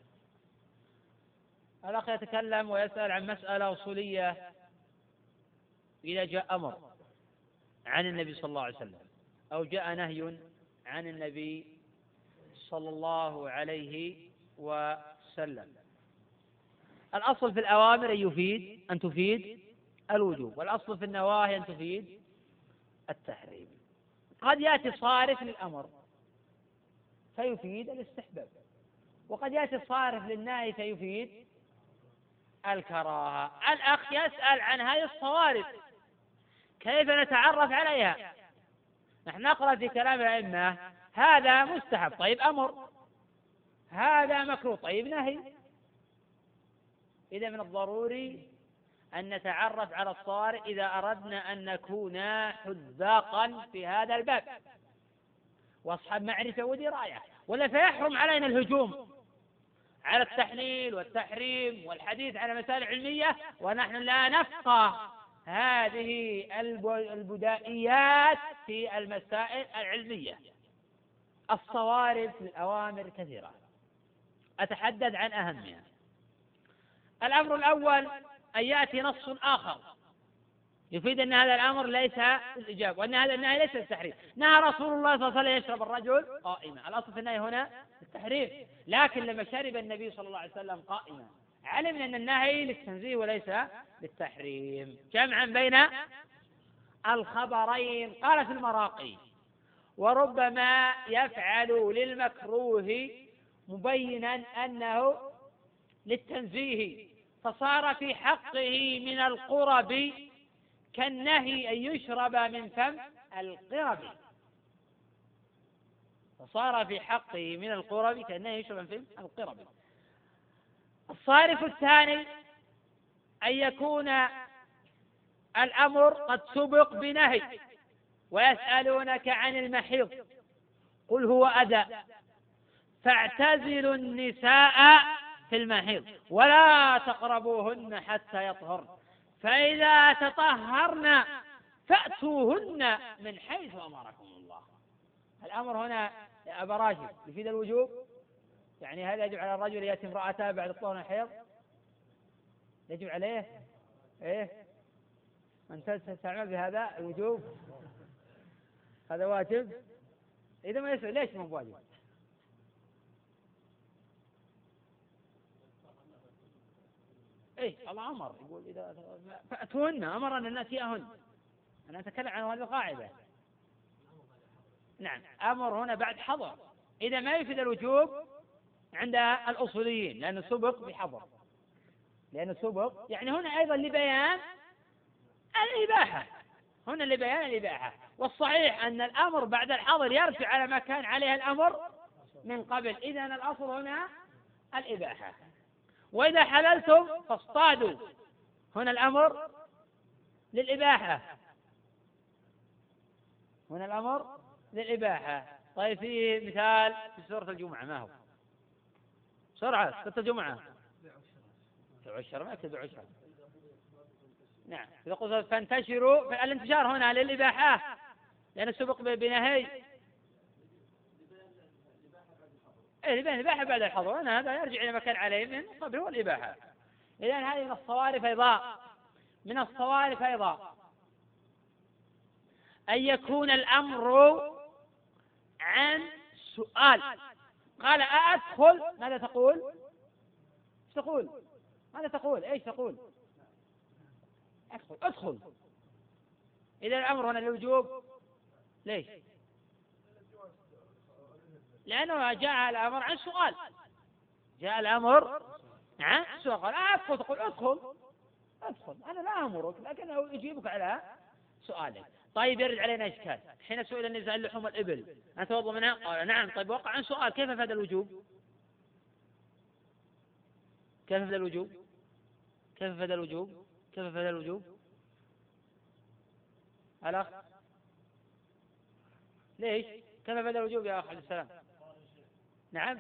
الأخ يتكلم ويسأل عن مسألة أصولية. إذا جاء أمر عن النبي صلى الله عليه وسلم أو جاء نهي عن النبي صلى الله عليه وسلم، الأصل في الأوامر أن تفيد الوجوب، والأصل في النواهي أن تفيد التحريم. قد يأتي صارف للأمر فيفيد الاستحباب، وقد يأتي صارف للنهي فيفيد الكراهة. الأخ يسأل عن هذه الصوارف كيف نتعرف عليها؟ نحن نقرأ في كلام الأئمة هذا مستحب طيب أمر، هذا مكروه طيب نهي. إذا من الضروري أن نتعرف على الصوارف إذا أردنا أن نكون حذاقا في هذا الباب وأصحاب معرفة ودراية، ولا فيحرم علينا الهجوم على التحليل والتحريم والحديث على مسائل علمية ونحن لا نفقه هذه البدائيات في المسائل العلمية. الصوارف للأوامر كثيرة، أتحدث عن أهمها. الأمر الأول أن يأتي نص آخر يفيد أن هذا الأمر ليس الإجابة وأن هذا النهي ليس التحريم. نهى رسول الله صلى الله عليه وسلم يشرب الرجل قائما، الأصل في النهي هنا التحريم، لكن لما شرب النبي صلى الله عليه وسلم قائما علمنا أن النهي للتنزيه وليس للتحريم، جمعا بين الخبرين. قال في المراقي وربما يفعل للمكروه مبينا أنه للتنزيه، فصار في حقه من القرب كالنهي أن يشرب من فم القرب، فصار في حقه من القرب كالنهي يشرب من فم القرب. الصارف الثاني أن يكون الأمر قد سبق بنهي، ويسألونك عن المحيض قل هو أذى فاعتزلوا النساء في المحيض ولا تقربوهن حتى يطهرن فإذا تطهرن فأتوهن من حيث أمركم الله. الأمر هنا يا أبا راشد يفيد الوجوب، يعني هل يجب على الرجل يأتي امرأته بعد الطهر والحيض؟ يجب عليه أن تستعمل بهذا الوجوب، هذا واجب. إذا ما يسأل ليش ما هو واجب؟ الله أمر يقول إذا فأتوهن، أمرنا أن نأتيهن. أنا أتكلم عن هذه القاعدة. نعم، أمر هنا بعد حظر، إذا ما يفيد الوجوب عند الأصوليين لأنه سبق بحظر، لأنه سبق يعني هنا أيضا لبيان الإباحة، هنا لبيان الإباحة. والصحيح أن الأمر بعد الحظر يرجع على ما كان عليه الأمر من قبل. إذن الأصل هنا الإباحة. وإذا حللتم فاصطادوا، هنا الأمر للإباحة، هنا الأمر للإباحة. طيب في مثال في سورة الجمعة، ما هو؟ سرعة سورة الجمعة، عشرة ما يكتب عشرة. نعم، إذا قلت فانتشروا، فالانتشار هنا للإباحة لأن سبق بنهي الإباحة بعد الحظر، أنا هذا يرجع إلى ما كان عليه من قبل هو الإباحة. إذن هذه من الصوارف أيضا، من الصوارف أيضا أن يكون الأمر عن سؤال. قال أدخل، ماذا تقول؟ ايش تقول؟ ماذا تقول؟ ايش تقول؟ ادخل. إذا الأمر هنا للوجوب، ليش؟ لأنه جاء الأمر عن سؤال، جاء الأمر عن سؤال. قال أدخل، تقول ادخل، أنا لا أمرك لكن أجيبك على سؤالك. طيب يرد علينا إشكال، حين سئل النبي عن لحوم الإبل أن توضأ منها؟ قال نعم. طيب وقع عن سؤال، كيف فاد الوجوب؟ كيف فاد الوجوب؟ كيف فاد الوجوب؟ كيف فاد الوجوب؟ الأخ ليش؟ كيف فاد الوجوب يا أخ عبد السلام؟ نعم،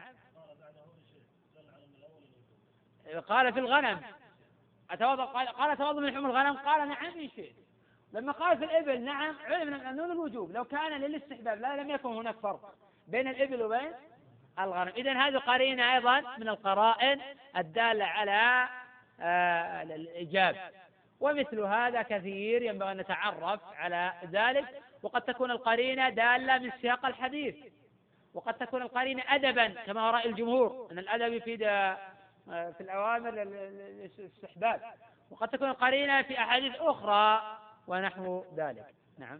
قال في الغنم أتوضأ، قال أتوضأ من لحوم الغنم؟ قال نعم إن شئت. لما قال في الإبل نعم، علم من أنه الوجوب، لو كان للاستحباب لا لم يكن هناك فرق بين الإبل وبين الغنم. إذن هذه قرينة أيضا من القرائن الدالة على الإيجاب. ومثل هذا كثير ينبغي أن نتعرف على ذلك. وقد تكون القرينة دالة من سياق الحديث، وقد تكون القرينة أدبا كما هو رأي الجمهور أن الأدب يفيد في الأوامر الاستحباب، وقد تكون القرينة في أحاديث أخرى ونحو ذلك. نعم.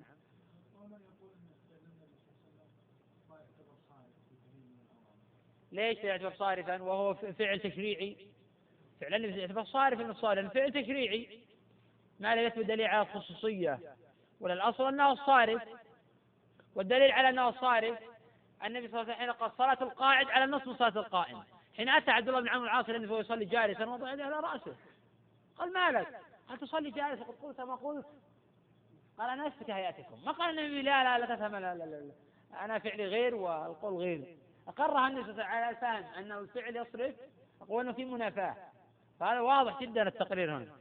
ليش يعتبر صارفا وهو فعل تشريعي؟ فعلا يعتبر صارفا من الصارف، فعل تشريعي ما لا يثبت دليل على الخصوصية، ولا الأصل أنه صارف. والدليل على أنه صارف النبي صلى الله عليه وسلم قال صلاة القاعد على النصف من صلاة القائم. حين أتى عبد الله بن عمرو العاص الذي هو يصلي جالسا وضع يده على رأسه، قال ما لك؟ هل تصلي جالسا؟ قلت ما قلت. قال أنا أثبت هيئتكم. ما قال النبي لا تفهم، لا أنا فعلي غير والقول غير. أقرها النبي على فهم أنه الفعل يصرف، أقول أنه في منافاة. فهذا واضح جدا التقرير هنا.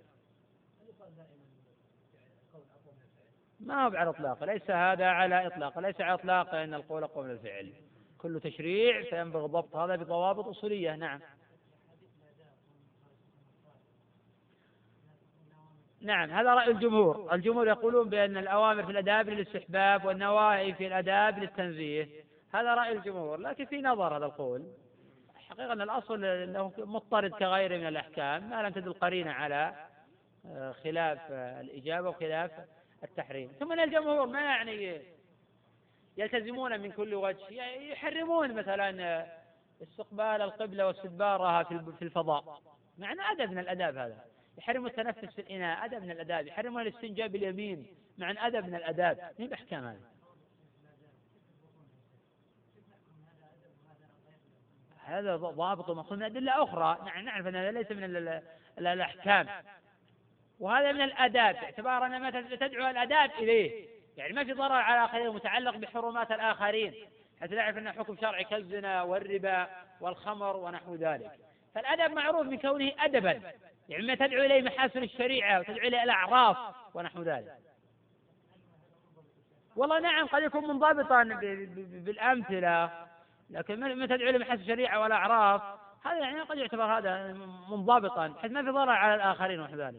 ما هو على إطلاق، ليس هذا على إطلاق، ليس على إطلاق أن القول أقوى من الفعل. كل تشريع فينبغي ضبط هذا بضوابط أصولية. نعم. نعم، هذا رأي الجمهور. الجمهور يقولون بأن الأوامر في الآداب للاستحباب والنواهي في الآداب للتنزيه، هذا رأي الجمهور. لكن في نظر هذا القول، حقيقة أن الأصل أنه مضطرد كغيره من الأحكام ما لم تدل قرينة على خلاف الإجابة وخلاف التحريم. ثم أن الجمهور ما يعني يلتزمون من كل وجه، يحرمون مثلا استقبال القبلة واستدبارها في الفضاء، معنى أدب من الأداب هذا. يحرمون التنفس في الإناء، أدب من الأداب. يحرمون الاستنجاء باليمين، معنى أدب من الأداب. ما بأحكام هذا. هذا ضابط ومأخوذ من أدلة أخرى. نعرف أن هذا ليس من الأحكام، وهذا من الآداب باعتبار أن ما تدعو الآداب إليه، يعني ما في ضرر على الآخرين متعلق بحرمات الآخرين، حتى نعرف أن حكم شرعي كالزنا والربا والخمر ونحو ذلك. فالأدب معروف من كونه أدبا، يعني ما تدعو إليه محاسن الشريعة وتدعو إليه الأعراف ونحو ذلك. والله نعم، قد يكون منضبطا بالأمثلة، لكن ما تدعو إليه محاسن الشريعة والأعراف، هذا يعني قد يعتبر هذا منضبطا بحيث ما في ضرر على الآخرين ونحو ذلك.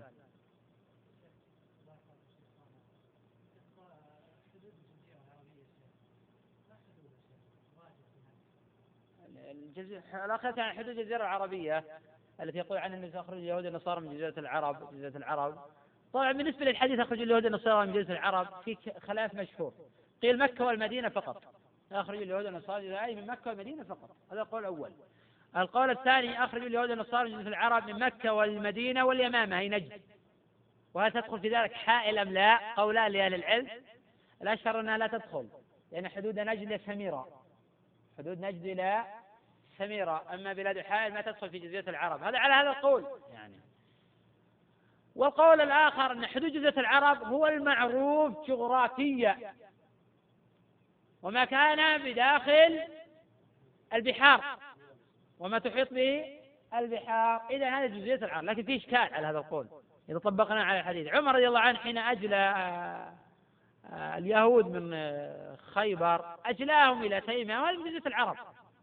الأخذ عن حدود الجزيرة العربية التي يقول عنها النبي أخرج اليهود والنصارى من جزيرة العرب. طبعا بالنسبة للحديث أخرج اليهود والنصارى من جزيرة العرب في خلاف مشهور، قيل مكة والمدينة فقط، أخرج اليهود والنصارى أي من مكة والمدينة فقط، هذا القول الأول. القول الثاني أخرج اليهود والنصارى من جزيرة العرب من مكة والمدينة واليمامة أي نجد. وهل تدخل في ذلك حائل أم لا؟ قولان لأهل العلم. الأشهر أنها لا تدخل، لأن حدود نجد إلى سميرة، حدود نجد إلى سميرة، أما بلاد الحائل ما تدخل في جزيرة العرب. هذا على هذا القول يعني. والقول الآخر أن حدود جزيرة العرب هو المعروف جغرافيا، وما كان بداخل البحار وما تحيط به البحار، إذا هذه جزيرة العرب. لكن في إشكال على هذا القول إذا طبقنا على الحديث. عمر رضي الله عنه حين أجلى اليهود من خيبر أجلاهم إلى تيمة، وهذه جزيرة العرب،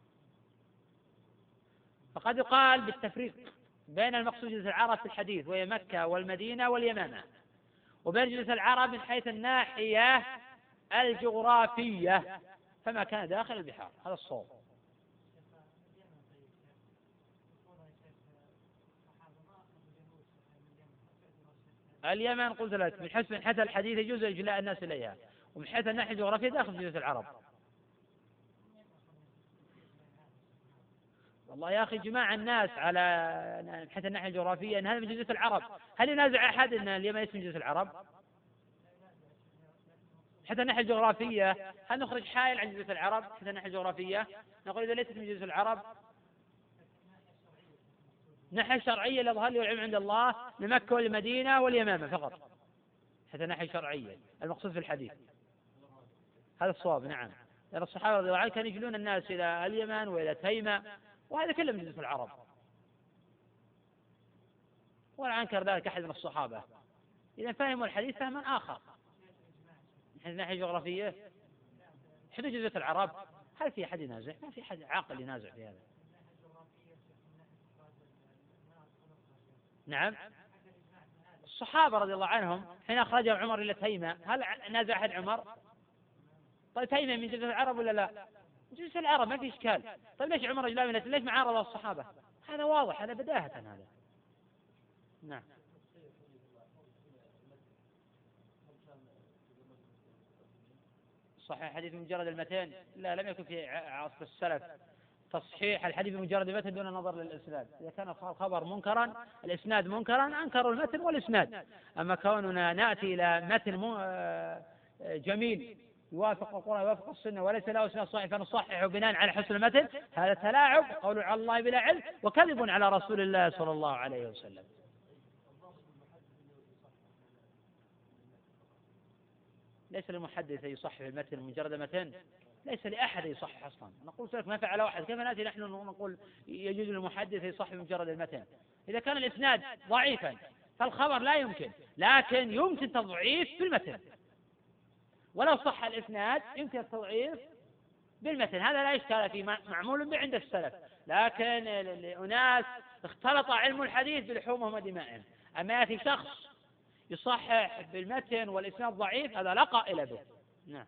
فقد يقال بالتفريق بين المقصود جزيرة العرب في الحديث وهي مكة والمدينة واليمامة، وبين جزيرة العرب من حيث الناحية الجغرافية فما كان داخل البحار. هذا الصواب. اليمن قلت لك من حيث الحديث يجوز إجلاء الناس إليها، ومن حيث الناحية الجغرافية داخل جزيرة العرب. والله يا أخي جماع الناس على من حيث الناحية الجغرافية أن هذا من جزيرة العرب. هل ينازع أحد أن اليمن اسم جزيرة العرب؟ حتى الناحية الجغرافية هل نخرج حائل عن جزيرة العرب حتى الناحية الجغرافية؟ نقول إذا ليست من جزيرة العرب الناحية الشرعية اللي ظهر لي العلم عند الله لمكة والمدينة واليمامة فقط، حتى الناحية الشرعية المقصود في الحديث. هذا الصواب نعم، لأن الصحابة رضي الله عنهم كانوا يجلون الناس إلى اليمن وإلى تيمة، وهذا كله من جزيرة العرب، ولا أنكر ذلك أحد من الصحابة. إذا فهموا الحديث فهما آخر من حيث الناحية الجغرافية حدود جزيرة العرب. هل في أحد ينازع؟ ما في أحد عاقل ينازع في هذا. نعم، الصحابة رضي الله عنهم حين أخرجهم عمر إلى تيمة هل نازع أحد عمر؟ طيب تيمة من جزيرة العرب ولا لا؟ من جزيرة العرب ما في إشكال. طيب ليش عمر أجلاه من ليش معارض الصحابة؟ هذا واضح، هذا بداهة هذا. نعم. صحيح حديث مجرد المتين؟ لا، لم يكن في عصر السلف تصحيح الحديث بمجرد المتن دون نظر للإسناد. إذا كان الخبر منكرا الإسناد منكرا أنكروا المتن والإسناد. أما كوننا نأتي إلى متن جميل يوافق القرآن يوافق السنة وليس له إسناد صحيح فنصححه بناء على حسن المتن، هذا تلاعب قول على الله بلا علم وكذب على رسول الله صلى الله عليه وسلم. ليس للمحدث يصحح المتن مجرد متن، ليس لأحد يصحح أصلا. نقول لك ما فعل واحد، كيف نأتي نحن نقول يجوز للمحدث يصحح مجرد المتن؟ إذا كان الإسناد ضعيفا فالخبر لا يمكن، لكن يمكن تضعيف بالمتن، ولو صح الإسناد يمكن التضعيف بالمتن، هذا لا إشكال فيه، معمول به عند السلف. لكن لأناس اختلط علم الحديث بلحومهم ودمائهم، أما يأتي شخص يصحح بالمتن والإسناد ضعيف هذا لا قائل به. نعم،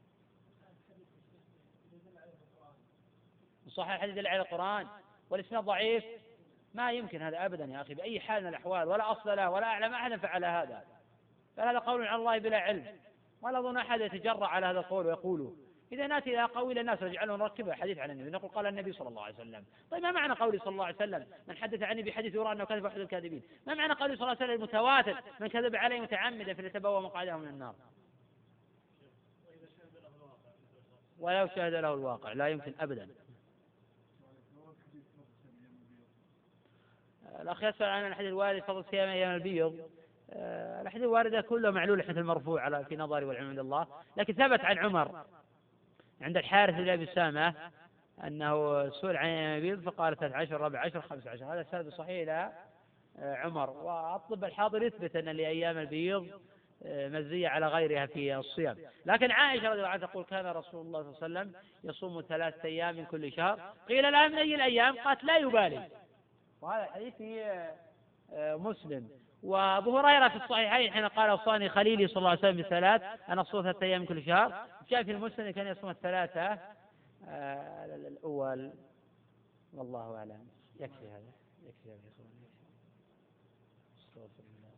يصحح الحديث على القرآن والإسناد ضعيف ما يمكن هذا أبدا يا أخي بأي حال من الأحوال، ولا أصل له ولا أعلم أحدا فعل هذا، فهذا قول على الله بلا علم، ولا أظن أحد يتجرأ على هذا القول ويقوله. إذا نأتي إلى قول الناس نجعله نركبه حديث عن النبي نقول قال النبي صلى الله عليه وسلم. طيب ما معنى قوله صلى الله عليه وسلم من حدث عني بحديث يرى أنه كذب أحد الكاذبين؟ ما معنى قوله صلى الله عليه وسلم المتواتر من كذب عليه متعمدا فليتبوأ مقعده من النار؟ ولو شهد له الواقع لا يمكن أبدا. الأخ يسأل عن الحديث الوارد فضل صيام أيام البيض. الحديث الواردة كله معلول حيث المرفوع على في نظري والعلم عند الله، لكن ثبت عن عمر عند الحارث بن أبي أسامة أنه سئل عن أيام البيض فقال 13 14 15، هذا سند صحيح إلى عمر. والطب الحاضر يثبت أن لأيام البيض مزية على غيرها في الصيام. لكن عائشة رضي الله عنها تقول كان رسول الله صلى الله عليه وسلم يصوم 3 أيام من كل شهر، قيل لها من أي الأيام؟ قالت لا يبالي. وهذا الحديث في مسلم. وابو هريره في الصحيحين حين قال اوصاني خليلي صلى الله عليه وسلم ب3 انا اصوم 3 ايام من كل شهر، جاء في المسلم كان يصوم 3 الاول. والله اعلم. يكفي هذا، يكفي هذا يا اخوان. استغفر الله.